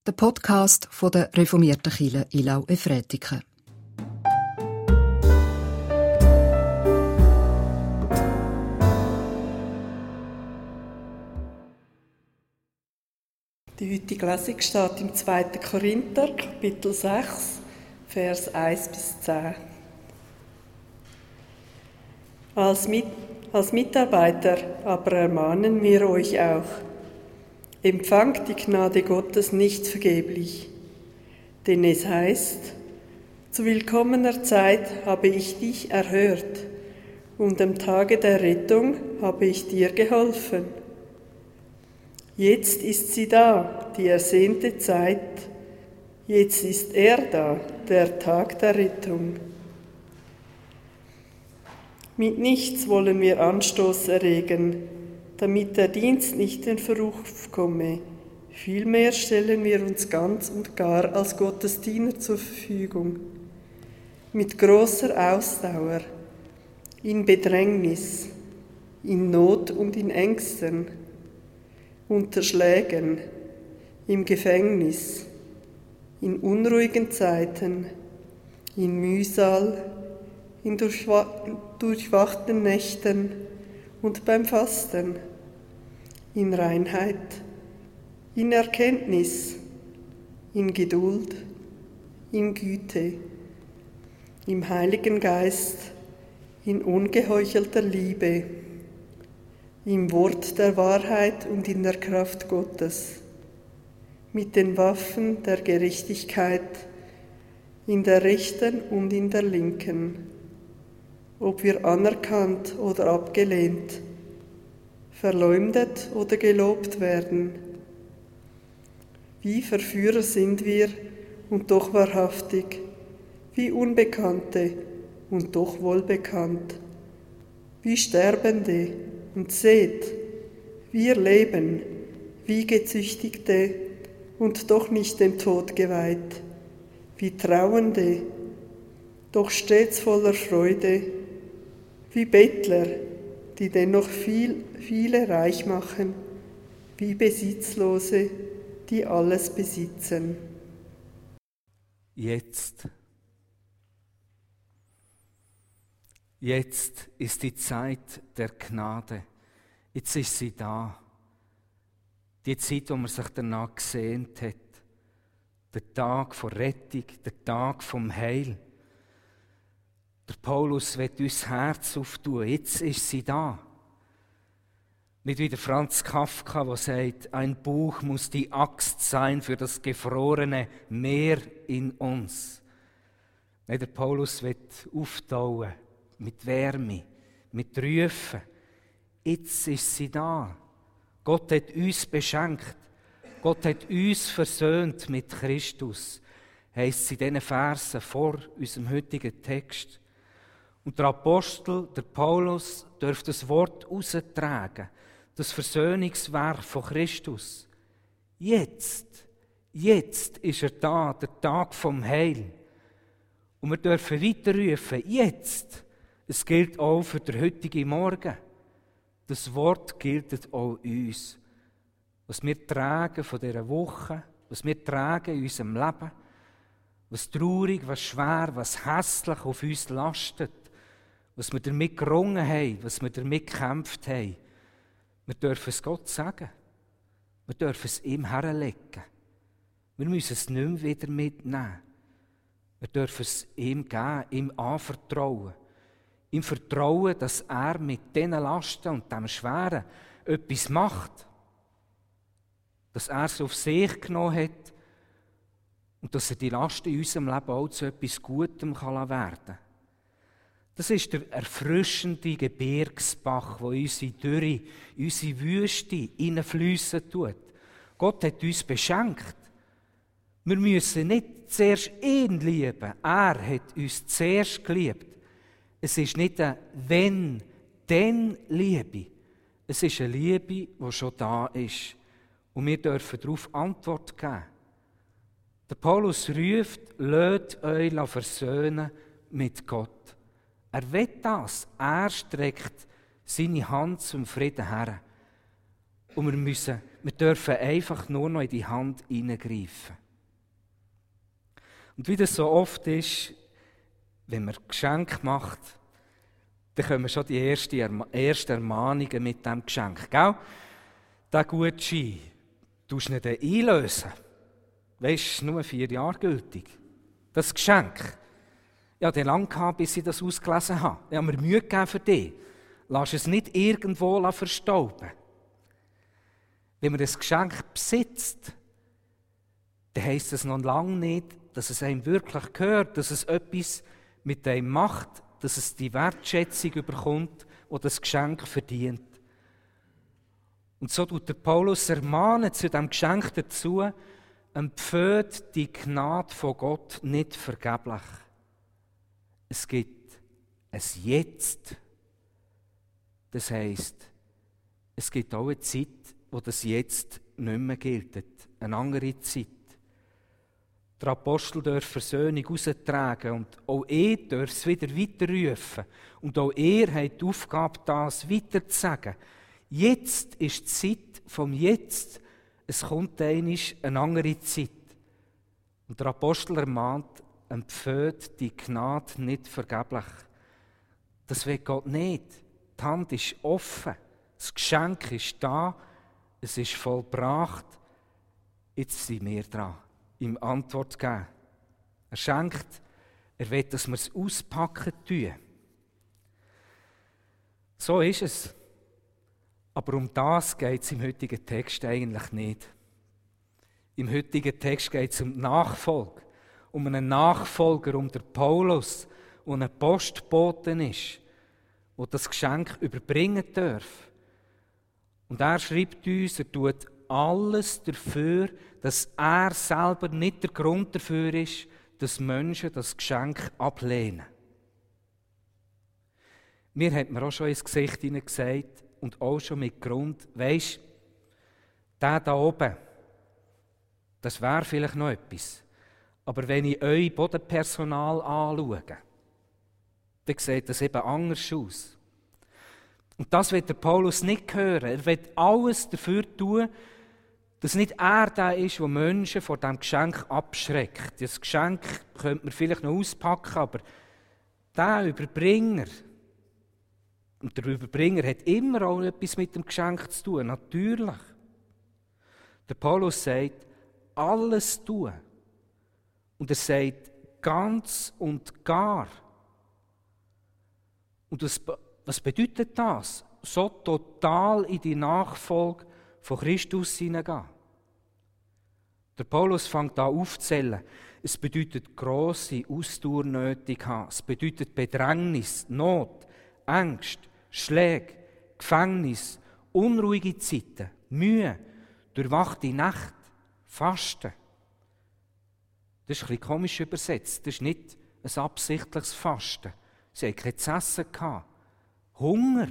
der Podcast von der reformierten Kirche Ilau-Efretiken. Die heutige Lesung steht im 2. Korinther, Kapitel 6, Vers 1-10. Als Mitarbeiter aber ermahnen wir euch auch: Empfangt die Gnade Gottes nicht vergeblich. Denn es heißt: Zu willkommener Zeit habe ich dich erhört, und am Tage der Rettung habe ich dir geholfen. Jetzt ist sie da, die ersehnte Zeit. Jetzt ist er da, der Tag der Rettung. Mit nichts wollen wir Anstoß erregen, damit der Dienst nicht in Verruf komme. Vielmehr stellen wir uns ganz und gar als Gottes Diener zur Verfügung. Mit großer Ausdauer, in Bedrängnis, in Not und in Ängsten, unter Schlägen, im Gefängnis, in unruhigen Zeiten, in Mühsal, in durchwachten Nächten und beim Fasten, in Reinheit, in Erkenntnis, in Geduld, in Güte, im Heiligen Geist, in ungeheuchelter Liebe, im Wort der Wahrheit und in der Kraft Gottes, mit den Waffen der Gerechtigkeit, in der rechten und in der linken, ob wir anerkannt oder abgelehnt, verleumdet oder gelobt werden. Wie Verführer sind wir und doch wahrhaftig, wie Unbekannte und doch wohlbekannt, wie Sterbende und seht, wir leben, wie Gezüchtigte und doch nicht dem Tod geweiht, wie Trauernde, doch stets voller Freude, wie Bettler, die dennoch viele reich machen, wie Besitzlose, die alles besitzen. Jetzt ist die Zeit der Gnade. Jetzt ist sie da. Die Zeit, wo man sich danach gesehnt hat. Der Tag von Rettung, der Tag vom Heil. Der Paulus will uns das Herz auftun. Jetzt ist sie da. Nicht wie der Franz Kafka, der sagt, ein Buch muss die Axt sein für das gefrorene Meer in uns. Nein, der Paulus will auftauen. Mit Wärme, mit Rufen. Jetzt ist sie da. Gott hat uns beschenkt. Gott hat uns versöhnt mit Christus, heisst es in diesen Versen vor unserem heutigen Text. Und der Apostel, der Paulus, dürfte das Wort austragen, das Versöhnungswerk von Christus. Jetzt ist er da, der Tag vom Heil. Und wir dürfen weiterrufen, jetzt. Es gilt auch für den heutigen Morgen. Das Wort gilt auch uns. Was wir tragen von dieser Woche, was wir tragen in unserem Leben, was traurig, was schwer, was hässlich auf uns lastet, was wir damit gerungen haben, was wir damit gekämpft haben. Wir dürfen es Gott sagen. Wir dürfen es ihm herlegen. Wir müssen es nicht mehr wieder mitnehmen. Wir dürfen es ihm geben, ihm anvertrauen. Ihm vertrauen, dass er mit diesen Lasten und dem Schweren etwas macht. Dass er es auf sich genommen hat und dass er die Lasten in unserem Leben auch zu etwas Gutem werden kann. Das ist der erfrischende Gebirgsbach, der unsere Dürre, unsere Wüste hineinfliessen tut. Gott hat uns beschenkt. Wir müssen nicht zuerst ihn lieben. Er hat uns zuerst geliebt. Es ist nicht eine «wenn», «denn» Liebe. Es ist eine Liebe, die schon da ist. Und wir dürfen darauf Antwort geben. Der Paulus ruft, lasst euch versöhnen mit Gott. Er will das. Er streckt seine Hand zum Frieden her. und wir dürfen einfach nur noch in die Hand hineingreifen. Und wie das so oft ist, wenn man Geschenk macht, dann kommen schon die ersten Ermahnungen mit diesem Geschenk. Gell? Diesen Gutschein tust du nicht einlösen. Weisst, es ist nur 4 Jahre gültig. Das Geschenk. Ja, den lange gehabt, bis ich das ausgelesen habe. Ich habe mir Mühe gegeben für dich. Lass es nicht irgendwo verstauben. Wenn man das Geschenk besitzt, dann heisst es noch lange nicht, dass es einem wirklich gehört, dass es etwas mit einem macht, dass es die Wertschätzung bekommt, die das Geschenk verdient. Und so tut der Paulus ermahnen zu diesem Geschenk dazu, empfehlt die Gnade von Gott nicht vergeblich. Es gibt ein Jetzt. Das heisst, es gibt auch eine Zeit, wo das Jetzt nicht mehr gilt. Eine andere Zeit. Der Apostel darf Versöhnung heraustragen und auch er darf es wieder weiterrufen. Und auch er hat die Aufgabe, das weiterzusagen. Jetzt ist die Zeit vom Jetzt. Es kommt einmal eine andere Zeit. Und der Apostel ermahnt, empfiehlt die Gnade nicht vergeblich. Das will Gott nicht. Die Hand ist offen. Das Geschenk ist da. Es ist vollbracht. Jetzt sind wir dran, ihm Antwort zu geben. Er schenkt, er will, dass wir es auspacken tun. So ist es. Aber um das geht es im heutigen Text eigentlich nicht. Im heutigen Text geht es um die Nachfolge. Um einen Nachfolger, um den Paulus, der ein Postbote ist, der das Geschenk überbringen darf. Und er schreibt uns, er tut alles dafür, dass er selber nicht der Grund dafür ist, dass Menschen das Geschenk ablehnen. Mir hat man auch schon ins Gesicht gesagt und auch schon mit Grund, weisst, der da oben, das wäre vielleicht noch etwas. Aber wenn ich euer Bodenpersonal anschaue, dann sieht das eben anders aus. Und das will der Paulus nicht hören. Er will alles dafür tun, dass nicht er der ist, der Menschen vor diesem Geschenk abschreckt. Das Geschenk könnte man vielleicht noch auspacken, aber der Überbringer, und der Überbringer hat immer auch etwas mit dem Geschenk zu tun, natürlich. Der Paulus sagt, alles tun. Und er sagt, ganz und gar. Und was bedeutet das? So total in die Nachfolge von Christus hineingehen. Der Paulus fängt an aufzuzählen. Es bedeutet grosse Ausdauer nötig haben. Es bedeutet Bedrängnis, Not, Angst, Schläge, Gefängnis, unruhige Zeiten, Mühe, durchwachte Nacht, Fasten. Das ist ein bisschen komisch übersetzt. Das ist nicht ein absichtliches Fasten. Sie hatten kein zu essen gehabt. Hunger.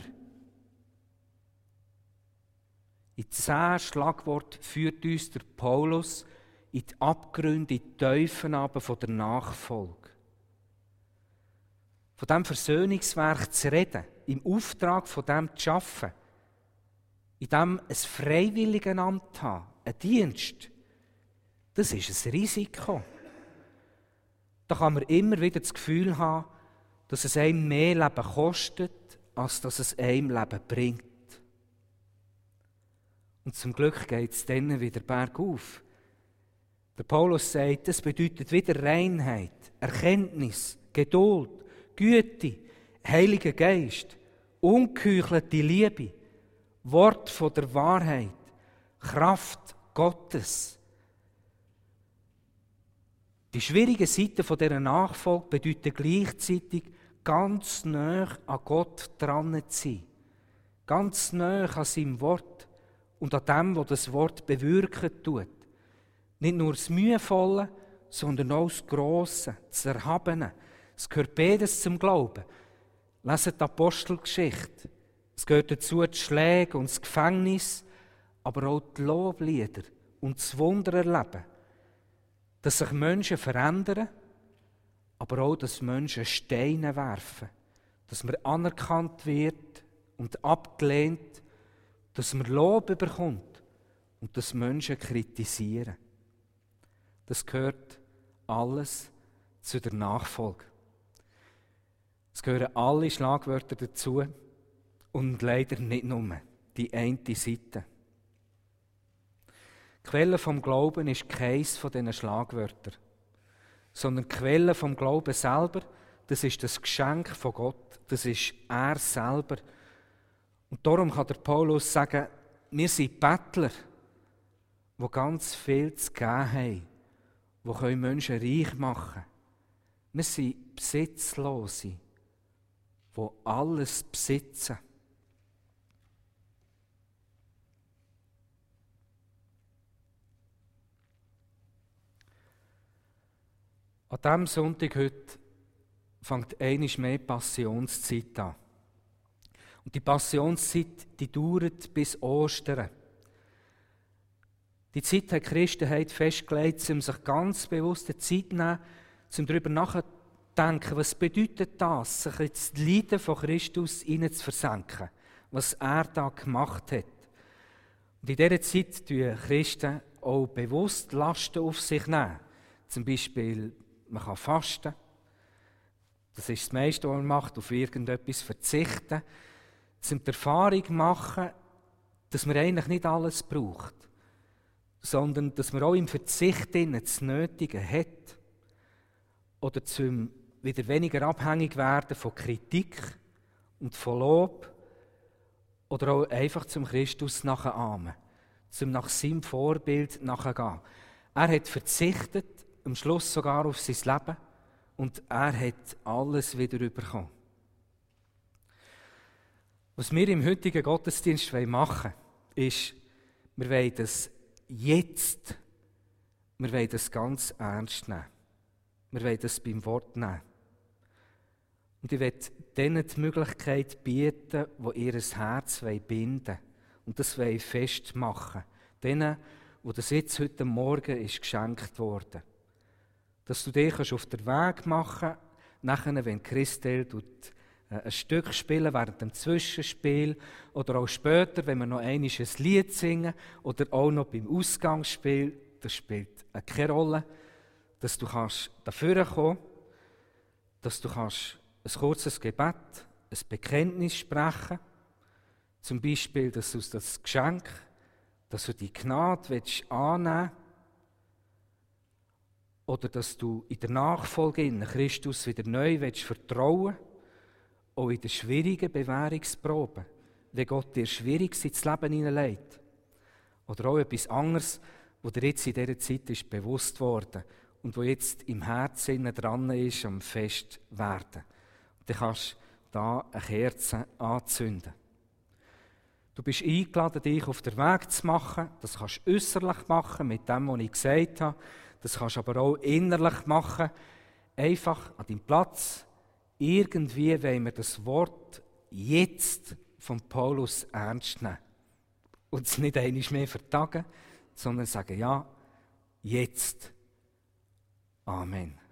In 10 Schlagworten führt uns der Paulus in die Abgründe, in die Tiefen von der Nachfolge. Von diesem Versöhnungswerk zu reden, im Auftrag von dem zu arbeiten, in dem ein Freiwilligenamt haben, ein Dienst, das ist ein Risiko. Da kann man immer wieder das Gefühl haben, dass es einem mehr Leben kostet, als dass es einem Leben bringt. Und zum Glück geht es dann wieder bergauf. Der Paulus sagt, das bedeutet wieder Reinheit, Erkenntnis, Geduld, Güte, Heiliger Geist, ungeheuchelte Liebe, Wort von der Wahrheit, Kraft Gottes. Die schwierigen Seiten dieser Nachfolge bedeuten gleichzeitig, ganz nahe an Gott dran zu sein. Ganz nahe an seinem Wort und an dem, was das Wort bewirken tut. Nicht nur das Mühevolle, sondern auch das Grosse, das Erhabene. Es gehört beides zum Glauben. Leset die Apostelgeschichte. Es gehört dazu die Schläge und das Gefängnis, aber auch die Loblieder und das Wunder erleben. Dass sich Menschen verändern, aber auch, dass Menschen Steine werfen. Dass man anerkannt wird und abgelehnt dass man Lob bekommt und dass Menschen kritisieren. Das gehört alles zu der Nachfolge. Es gehören alle Schlagwörter dazu und leider nicht nur die eine Seite. Die Quelle vom Glauben ist keins von diesen Schlagwörtern, sondern die Quelle vom Glauben selber, das ist das Geschenk von Gott, das ist er selber. Und darum kann der Paulus sagen, wir sind Bettler, die ganz viel zu geben haben, die Menschen reich machen können. Wir sind Besitzlose, die alles besitzen. An diesem Sonntag heute fängt einmal mehr Passionszeit an. Und die Passionszeit, die dauert bis Ostern. Die Zeit hat die Christenheit festgelegt, um sich ganz bewusst die Zeit zu nehmen, um darüber nachzudenken, was bedeutet das, sich ins Leiden von Christus zu versenken, was er da gemacht hat. Und in dieser Zeit nehmen Christen auch bewusst Lasten auf sich nehmen. Zum Beispiel, man kann fasten. Das ist das meiste, was man macht, auf irgendetwas verzichten. Um die Erfahrung machen, dass man eigentlich nicht alles braucht, sondern dass man auch im Verzicht das Nötige hat. Oder zum wieder weniger abhängig werden von Kritik und von Lob. Oder auch einfach zum Christus nachahmen, zum nach seinem Vorbild nachgehen. Er hat verzichtet, am Schluss sogar auf sein Leben, und er hat alles wieder bekommen. Was wir im heutigen Gottesdienst machen wollen, ist, wir wollen das jetzt, wir wollen das ganz ernst nehmen. Wir wollen das beim Wort nehmen. Und ich möchte denen die Möglichkeit bieten, die ihr Herz binden wollen und das festmachen wollen. Denen, wo das jetzt heute Morgen ist geschenkt wurde. Dass du dich auf den Weg machen kannst, nachher, wenn Christel ein Stück spielen während dem Zwischenspiel oder auch später, wenn wir noch einmal ein Lied singen oder auch noch beim Ausgangsspiel, das spielt keine Rolle, dass du dafür kommen kannst, dass du ein kurzes Gebet, ein Bekenntnis sprechen, zum Beispiel, dass du das Geschenk, dass du die Gnade annehmen willst, oder dass du in der Nachfolge in Christus wieder neu vertrauen willst, auch in den schwierigen Bewährungsproben, wenn Gott dir schwierig ins Leben hineinlegt. Oder auch etwas anderes, was dir jetzt in dieser Zeit ist bewusst worden und wo jetzt im Herzen dran ist, am Fest werden. Und dann kannst du da eine Kerze anzünden. Du bist eingeladen, dich auf den Weg zu machen. Das kannst du äußerlich machen, mit dem, was ich gesagt habe. Das kannst du aber auch innerlich machen. Einfach an deinem Platz. Irgendwie wollen wir das Wort jetzt von Paulus ernst nehmen. Und es nicht einmal mehr vertagen, sondern sagen, ja, jetzt. Amen.